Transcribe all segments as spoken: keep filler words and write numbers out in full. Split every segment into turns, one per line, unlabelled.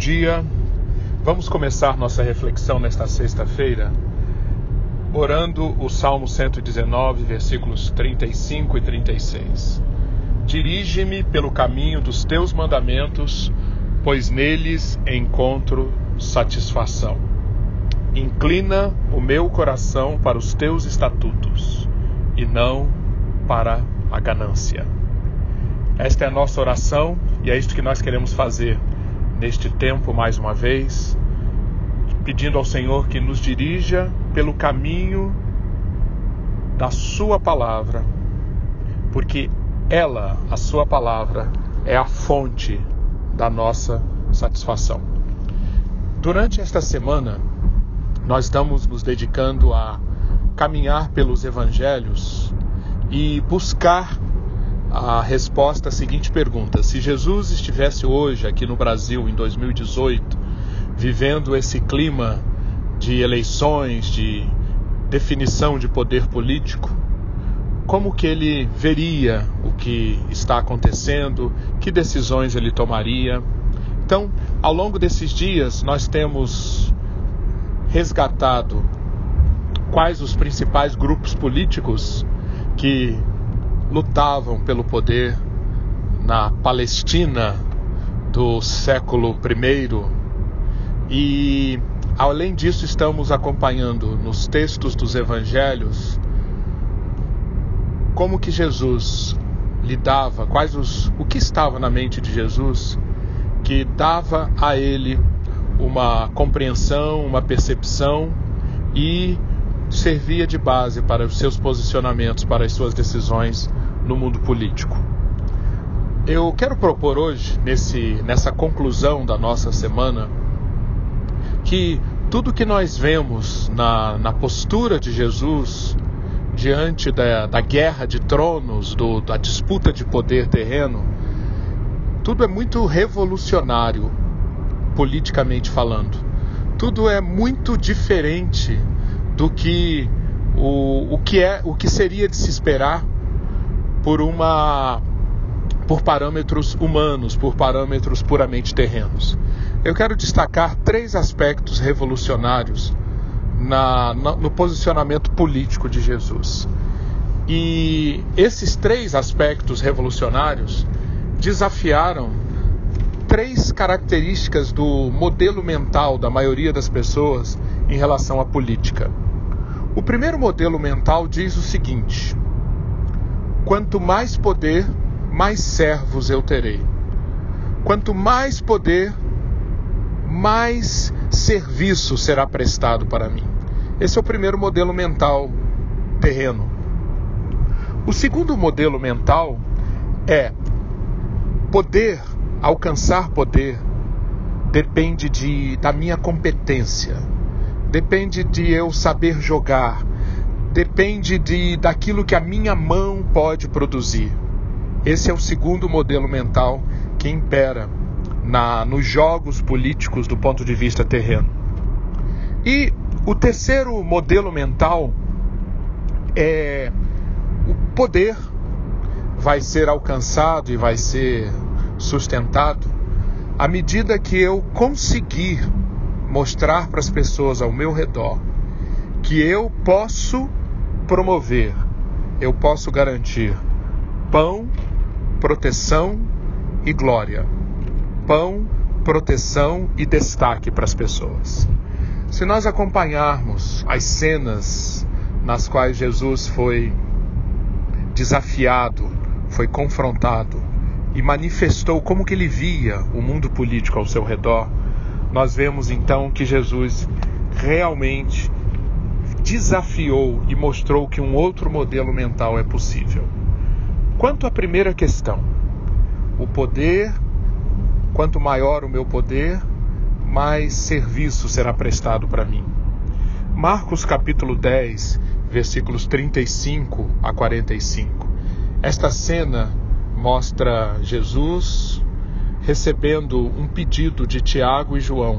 dia. Vamos começar nossa reflexão nesta sexta-feira orando o Salmo cento e dezenove, versículos trinta e cinco e trinta e seis. Dirige-me pelo caminho dos teus mandamentos, pois neles encontro satisfação. Inclina o meu coração para os teus estatutos e não para a ganância. Esta é a nossa oração e é isto que nós queremos fazer neste tempo mais uma vez, pedindo ao Senhor que nos dirija pelo caminho da sua palavra, porque ela, a sua palavra, é a fonte da nossa satisfação. Durante esta semana, nós estamos nos dedicando a caminhar pelos evangelhos e buscar a resposta à seguinte pergunta: se Jesus estivesse hoje aqui no Brasil, em dois mil e dezoito, vivendo esse clima de eleições, de definição de poder político, como que ele veria o que está acontecendo, que decisões ele tomaria? Então, ao longo desses dias, nós temos resgatado quais os principais grupos políticos que lutavam pelo poder na Palestina do século primeiro. E, além disso, estamos acompanhando nos textos dos evangelhos como que Jesus lidava, quais os, o que estava na mente de Jesus que dava a ele uma compreensão, uma percepção e servia de base para os seus posicionamentos, para as suas decisões no mundo político. Eu quero propor hoje, nesse, nessa conclusão da nossa semana, que tudo que nós vemos na, na postura de Jesus diante da, da guerra de tronos, do, da disputa de poder terreno, tudo é muito revolucionário, politicamente falando. Tudo é muito diferente do que o, o que é, o que seria de se esperar por uma por parâmetros humanos, por parâmetros puramente terrenos. Eu quero destacar três aspectos revolucionários na, na, no posicionamento político de Jesus. E esses três aspectos revolucionários desafiaram três características do modelo mental da maioria das pessoas em relação à política. O primeiro modelo mental diz o seguinte: quanto mais poder, mais servos eu terei. Quanto mais poder, mais serviço será prestado para mim. Esse é o primeiro modelo mental terreno. O segundo modelo mental é: poder, alcançar poder, depende de, da minha competência. Depende de eu saber jogar, depende de, daquilo que a minha mão pode produzir. Esse é o segundo modelo mental que impera na, nos jogos políticos do ponto de vista terreno. E o terceiro modelo mental é: o poder vai ser alcançado e vai ser sustentado à medida que eu conseguir mostrar para as pessoas ao meu redor que eu posso promover, eu posso garantir pão, proteção e glória. Pão, proteção e destaque para as pessoas. Se nós acompanharmos as cenas nas quais Jesus foi desafiado, foi confrontado e manifestou como que ele via o mundo político ao seu redor, nós vemos então que Jesus realmente desafiou e mostrou que um outro modelo mental é possível. Quanto à primeira questão, o poder, quanto maior o meu poder, mais serviço será prestado para mim. Marcos capítulo dez, versículos trinta e cinco a quarenta e cinco. Esta cena mostra Jesus recebendo um pedido de Tiago e João.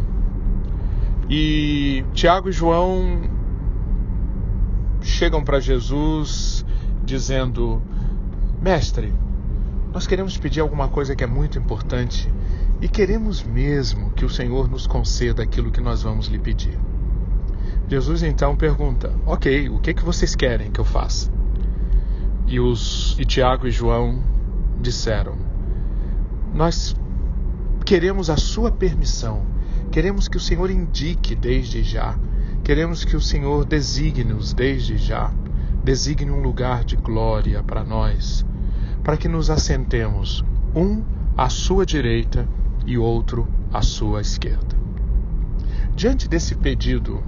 E Tiago e João chegam para Jesus dizendo: Mestre, nós queremos pedir alguma coisa que é muito importante, e queremos mesmo que o Senhor nos conceda aquilo que nós vamos lhe pedir. Jesus então pergunta: ok, o que, que vocês querem que eu faça? E, os, e Tiago e João disseram: nós queremos a sua permissão, queremos que o Senhor indique desde já, queremos que o Senhor designe-nos desde já, designe um lugar de glória para nós, para que nos assentemos, um à sua direita e outro à sua esquerda. Diante desse pedido,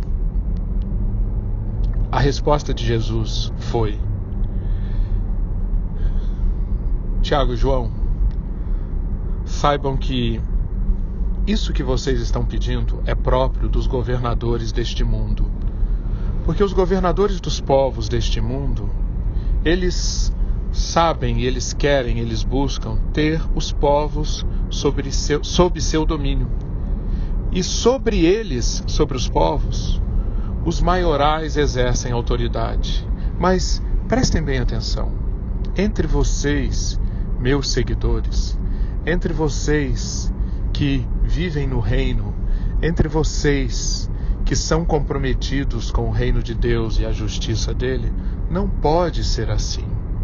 a resposta de Jesus foi: Tiago e João, saibam que isso que vocês estão pedindo é próprio dos governadores deste mundo. Porque os governadores dos povos deste mundo, eles sabem, eles querem, eles buscam ter os povos sobre seu, sob seu domínio. E sobre eles, sobre os povos, os maiorais exercem autoridade. Mas prestem bem atenção. Entre vocês, meus seguidores, entre vocês que vivem no reino, entre vocês que são comprometidos com o reino de Deus e a justiça dele, não pode ser assim.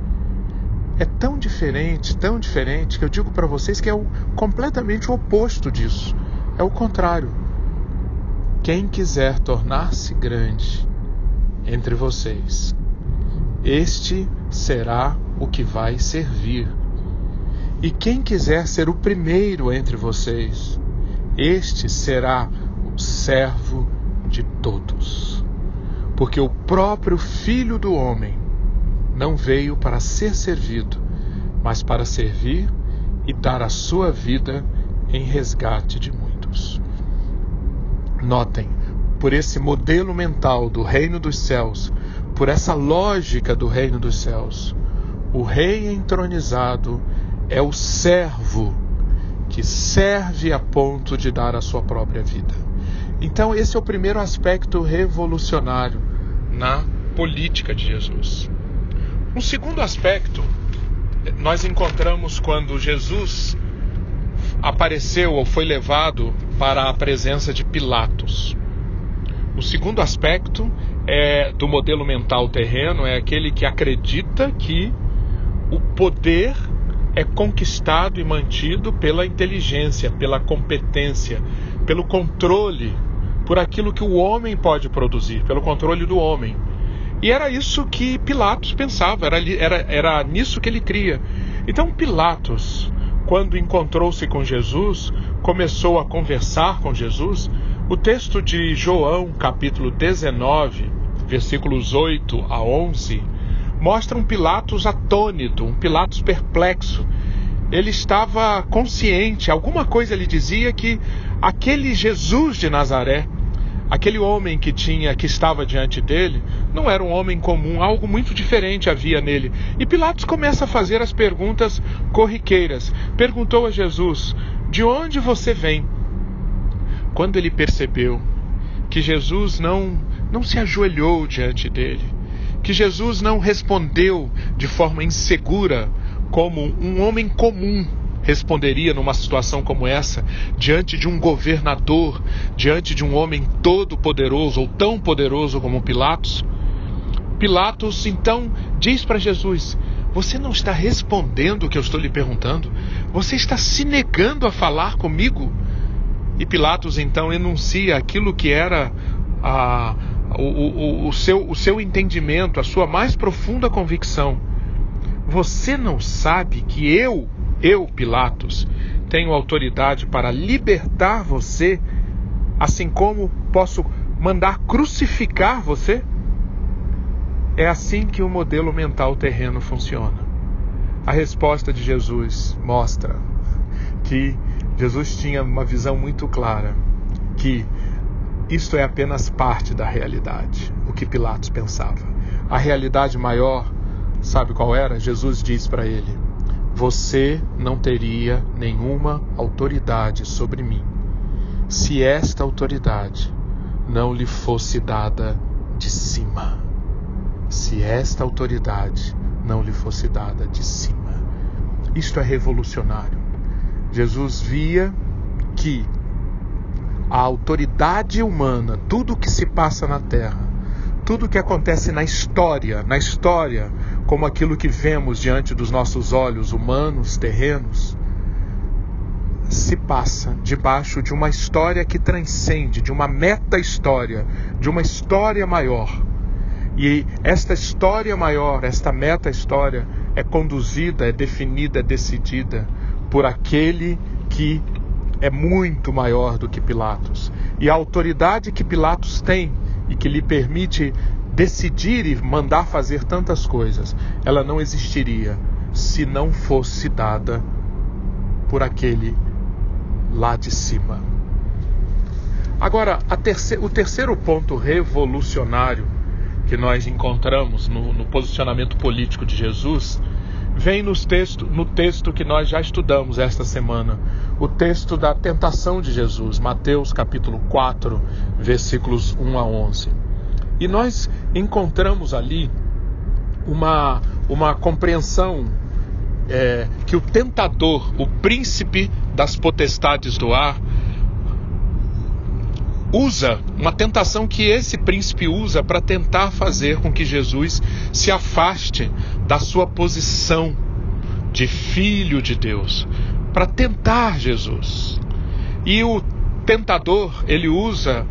É tão diferente, tão diferente, que eu digo para vocês que é o, completamente o oposto disso. É o contrário. Quem quiser tornar-se grande entre vocês, este será o que vai servir. E quem quiser ser o primeiro entre vocês, este será o servo de todos. Porque o próprio Filho do Homem não veio para ser servido, mas para servir e dar a sua vida em resgate de muitos. Notem, por esse modelo mental do reino dos céus, por essa lógica do reino dos céus, o rei entronizado é o servo que serve a ponto de dar a sua própria vida. Então esse é o primeiro aspecto revolucionário na política de Jesus. Um segundo aspecto nós encontramos quando Jesus apareceu ou foi levado para a presença de Pilatos. O segundo aspecto é, do modelo mental terreno é aquele que acredita que o poder é conquistado e mantido pela inteligência, pela competência, pelo controle, por aquilo que o homem pode produzir, pelo controle do homem. E era isso que Pilatos pensava, era, era, era nisso que ele cria. Então Pilatos, quando encontrou-se com Jesus, começou a conversar com Jesus. O texto de João, capítulo dezenove, versículos oito a onze, mostra um Pilatos atônito, um Pilatos perplexo. Ele estava consciente, alguma coisa lhe dizia que aquele Jesus de Nazaré, aquele homem que tinha, que estava diante dele, não era um homem comum, algo muito diferente havia nele. E Pilatos começa a fazer as perguntas corriqueiras. Perguntou a Jesus: de onde você vem? Quando ele percebeu que Jesus não, não se ajoelhou diante dele, que Jesus não respondeu de forma insegura, como um homem comum responderia numa situação como essa, diante de um governador, diante de um homem todo poderoso ou tão poderoso como Pilatos, Pilatos então diz para Jesus: você não está respondendo o que eu estou lhe perguntando? Você está se negando a falar comigo? E Pilatos então enuncia aquilo que era a, o, o, o, seu, o seu entendimento, a sua mais profunda convicção. Você não sabe que eu, eu, Pilatos, tenho autoridade para libertar você, assim como posso mandar crucificar você? É assim que o modelo mental terreno funciona. A resposta de Jesus mostra que Jesus tinha uma visão muito clara, que isto é apenas parte da realidade, o que Pilatos pensava. A realidade maior, sabe qual era? Jesus diz para ele: você não teria nenhuma autoridade sobre mim, se esta autoridade não lhe fosse dada de cima. Se esta autoridade não lhe fosse dada de cima. Isto é revolucionário. Jesus via que a autoridade humana, tudo o que se passa na Terra, tudo o que acontece na história, na história, como aquilo que vemos diante dos nossos olhos humanos, terrenos, se passa debaixo de uma história que transcende, de uma meta-história, de uma história maior. E esta história maior, esta meta-história, é conduzida, é definida, é decidida por aquele que é muito maior do que Pilatos. E a autoridade que Pilatos tem e que lhe permite decidir e mandar fazer tantas coisas, ela não existiria se não fosse dada por aquele lá de cima. Agora, a terce- o terceiro ponto revolucionário que nós encontramos no, no posicionamento político de Jesus vem nos texto, no texto que nós já estudamos esta semana, o texto da tentação de Jesus, Mateus capítulo quatro, versículos um a onze. E nós encontramos ali uma, uma compreensão é, que o tentador, o príncipe das potestades do ar, usa, uma tentação que esse príncipe usa para tentar fazer com que Jesus se afaste da sua posição de filho de Deus, para tentar Jesus. E o tentador, ele usa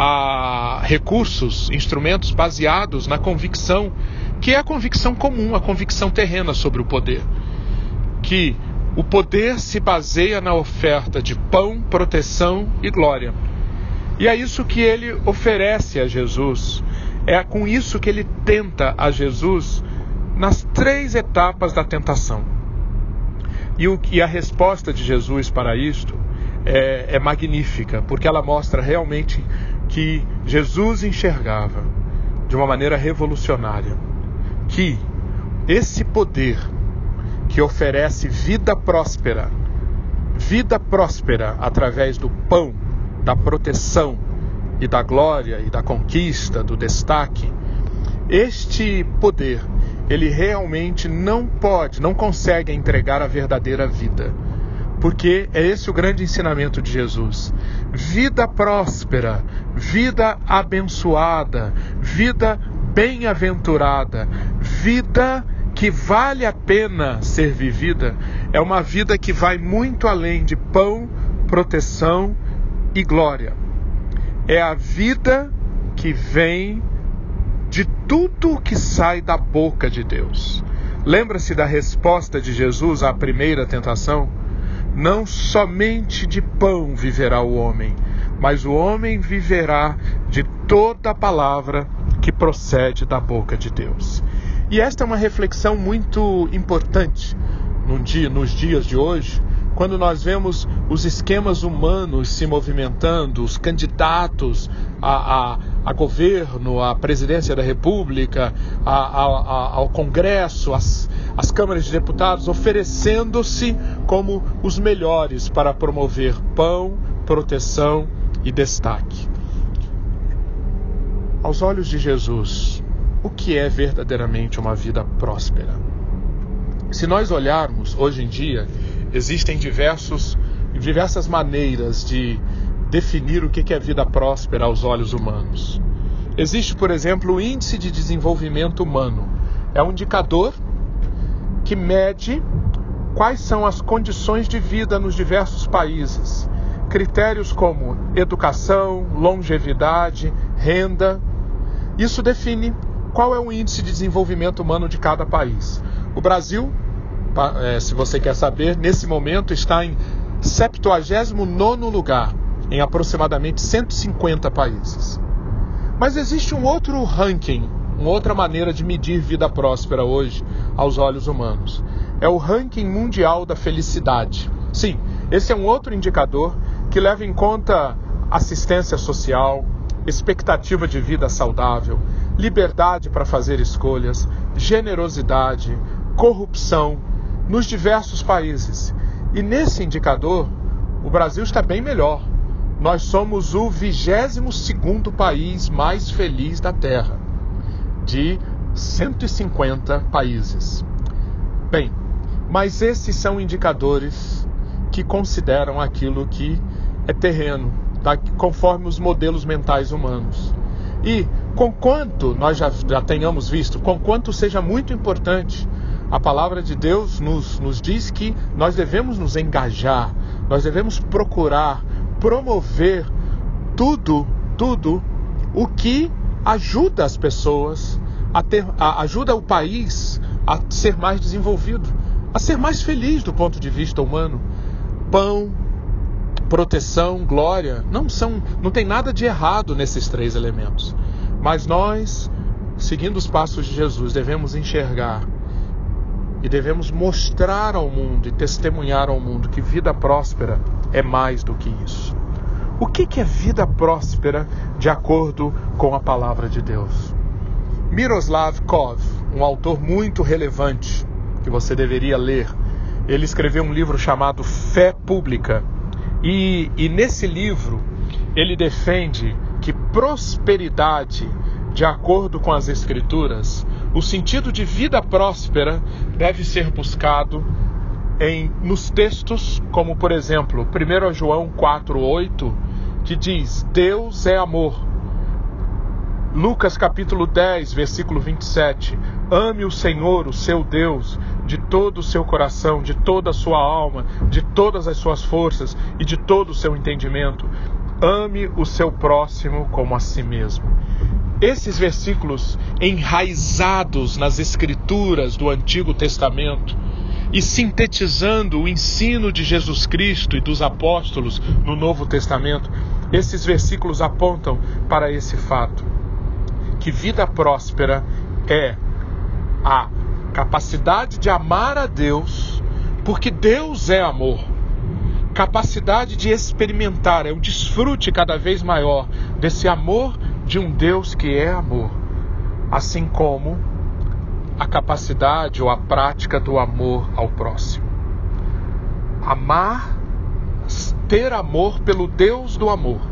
a recursos, instrumentos baseados na convicção, que é a convicção comum, a convicção terrena sobre o poder. Que o poder se baseia na oferta de pão, proteção e glória. E é isso que ele oferece a Jesus. É com isso que ele tenta a Jesus nas três etapas da tentação. E, o, e a resposta de Jesus para isto é, é magnífica, porque ela mostra realmente que Jesus enxergava de uma maneira revolucionária que esse poder que oferece vida próspera, vida próspera através do pão, da proteção e da glória e da conquista, do destaque, este poder, ele realmente não pode, não consegue entregar a verdadeira vida. Porque é esse o grande ensinamento de Jesus. Vida próspera, vida abençoada, vida bem-aventurada, vida que vale a pena ser vivida, é uma vida que vai muito além de pão, proteção e glória. É a vida que vem de tudo que sai da boca de Deus. Lembra-se da resposta de Jesus à primeira tentação? Não somente de pão viverá o homem, mas o homem viverá de toda a palavra que procede da boca de Deus. E esta é uma reflexão muito importante num dia, nos dias de hoje, quando nós vemos os esquemas humanos se movimentando, os candidatos a, a, a governo, à presidência da República, a, a, a, ao Congresso, as, as câmaras de deputados, oferecendo-se como os melhores para promover pão, proteção e destaque. Aos olhos de Jesus, o que é verdadeiramente uma vida próspera? Se nós olharmos hoje em dia, existem diversos, diversas maneiras de definir o que é vida próspera aos olhos humanos. Existe, por exemplo, o Índice de Desenvolvimento Humano. É um indicador que mede quais são as condições de vida nos diversos países. Critérios como educação, longevidade, renda. Isso define qual é o índice de desenvolvimento humano de cada país. O Brasil, se você quer saber, nesse momento está em septuagésimo nono lugar, em aproximadamente cento e cinquenta países. Mas existe um outro ranking, uma outra maneira de medir vida próspera hoje aos olhos humanos. É o ranking mundial da felicidade. Sim, esse é um outro indicador que leva em conta assistência social, expectativa de vida saudável, liberdade para fazer escolhas, generosidade, corrupção nos diversos países. E nesse indicador, o Brasil está bem melhor. Nós somos o vigésimo segundo país mais feliz da Terra, de cento e cinquenta países. Bem, mas esses são indicadores que consideram aquilo que é terreno, tá? Conforme os modelos mentais humanos. E, conquanto nós já, já tenhamos visto, conquanto seja muito importante, a palavra de Deus nos, nos diz que nós devemos nos engajar, nós devemos procurar, promover tudo, tudo o que ajuda as pessoas, a ter, a, ajuda o país a ser mais desenvolvido, a ser mais feliz do ponto de vista humano. Pão, proteção, glória, não são, não tem nada de errado nesses três elementos. Mas nós, seguindo os passos de Jesus, devemos enxergar e devemos mostrar ao mundo e testemunhar ao mundo que vida próspera é mais do que isso. O que que é vida próspera de acordo com a palavra de Deus? Miroslav Kov, um autor muito relevante que você deveria ler, ele escreveu um livro chamado Fé Pública. E, e nesse livro ele defende que prosperidade, de acordo com as Escrituras, o sentido de vida próspera deve ser buscado em, nos textos como, por exemplo, primeiro João quatro, oito, que diz: Deus é amor. Lucas capítulo dez, versículo vinte e sete: ame o Senhor, o seu Deus, de todo o seu coração, de toda a sua alma, de todas as suas forças e de todo o seu entendimento. Ame o seu próximo como a si mesmo. Esses versículos, enraizados nas Escrituras do Antigo Testamento e sintetizando o ensino de Jesus Cristo e dos apóstolos no Novo Testamento, esses versículos apontam para esse fato, que vida próspera é a capacidade de amar a Deus, porque Deus é amor. Capacidade de experimentar, é o desfrute cada vez maior desse amor de um Deus que é amor. Assim como a capacidade ou a prática do amor ao próximo. Amar, ter amor pelo Deus do amor.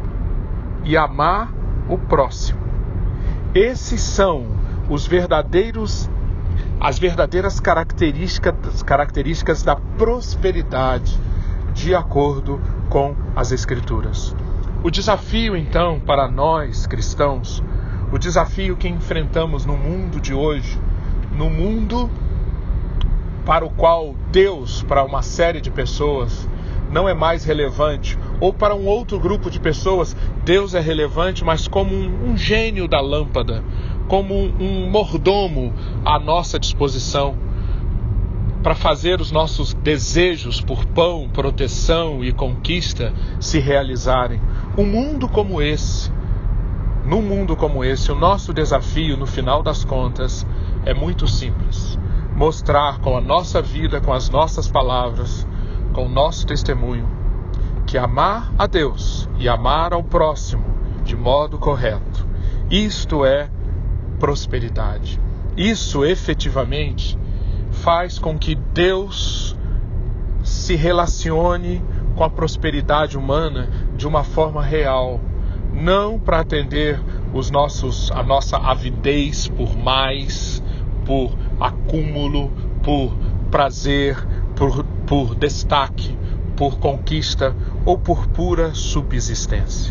E amar o próximo. Esses são os verdadeiros, as verdadeiras características, características da prosperidade, de acordo com as Escrituras. O desafio, então, para nós cristãos, o desafio que enfrentamos no mundo de hoje, no mundo para o qual Deus, para uma série de pessoas, não é mais relevante, ou para um outro grupo de pessoas, Deus é relevante, mas como um, um gênio da lâmpada, como um, um mordomo à nossa disposição, para fazer os nossos desejos por pão, proteção e conquista se realizarem. Um mundo como esse, num mundo como esse, o nosso desafio, no final das contas, é muito simples. Mostrar com a nossa vida, com as nossas palavras, com o nosso testemunho, que amar a Deus e amar ao próximo de modo correto, isto é prosperidade. Isso efetivamente faz com que Deus se relacione com a prosperidade humana de uma forma real, não para atender os nossos, a nossa avidez por mais, por acúmulo, por prazer, por, por destaque, por conquista ou por pura subsistência.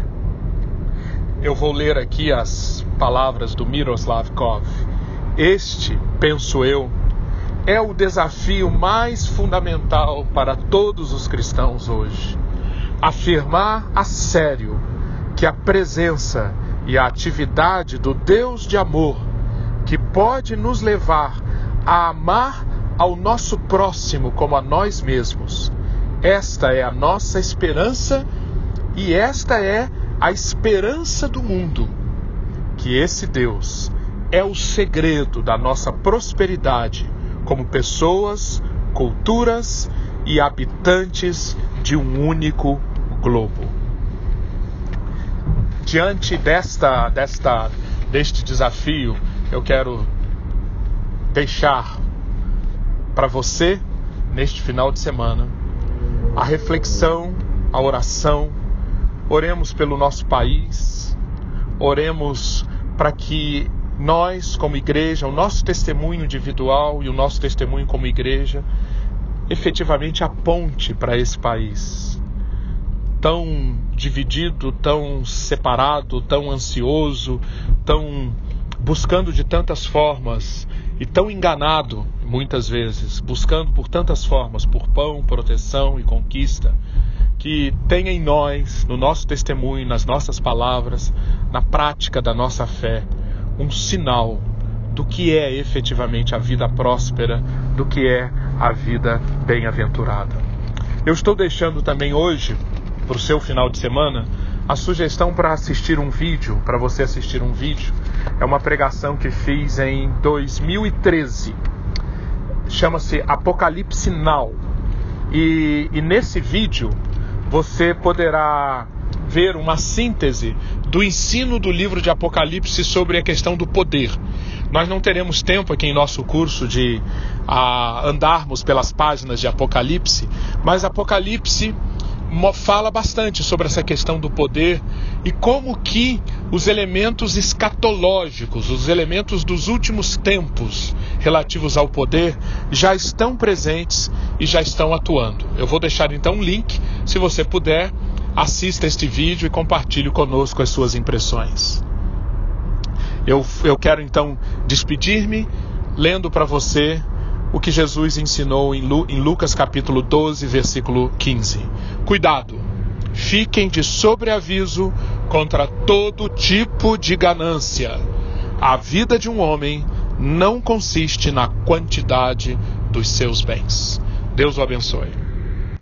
Eu vou ler aqui as palavras do Miroslav Kov. Este, penso eu, é o desafio mais fundamental para todos os cristãos hoje. Afirmar a sério que a presença e a atividade do Deus de amor, que pode nos levar a amar ao nosso próximo como a nós mesmos, esta é a nossa esperança e esta é a esperança do mundo, que esse Deus é o segredo da nossa prosperidade como pessoas, culturas e habitantes de um único globo. Diante desta, desta, deste desafio, eu quero deixar para você, neste final de semana, a reflexão, a oração. Oremos pelo nosso país, oremos para que nós, como igreja, o nosso testemunho individual e o nosso testemunho como igreja, efetivamente aponte para esse país. tão dividido, tão separado, tão ansioso, tão buscando de tantas formas e tão enganado, muitas vezes, buscando por tantas formas, por pão, proteção e conquista, que tenha em nós, no nosso testemunho, nas nossas palavras, na prática da nossa fé, um sinal do que é efetivamente a vida próspera, do que é a vida bem-aventurada. Eu estou deixando também hoje, para o seu final de semana, a sugestão para assistir um vídeo, para você assistir um vídeo. É uma pregação que fiz em dois mil e treze. Chama-se Apocalipse Now. E, e nesse vídeo você poderá ver uma síntese do ensino do livro de Apocalipse sobre a questão do poder. Nós não teremos tempo aqui em nosso curso de a, andarmos pelas páginas de Apocalipse, mas Apocalipse fala bastante sobre essa questão do poder e como que os elementos escatológicos, os elementos dos últimos tempos relativos ao poder já estão presentes e já estão atuando. Eu vou deixar então um link, se você puder, assista este vídeo e compartilhe conosco as suas impressões. Eu, eu quero então despedir-me lendo para você o que Jesus ensinou em, Lu, em Lucas capítulo doze, versículo quinze. Cuidado, fiquem de sobreaviso contra todo tipo de ganância. A vida de um homem não consiste na quantidade dos seus bens. Deus o abençoe.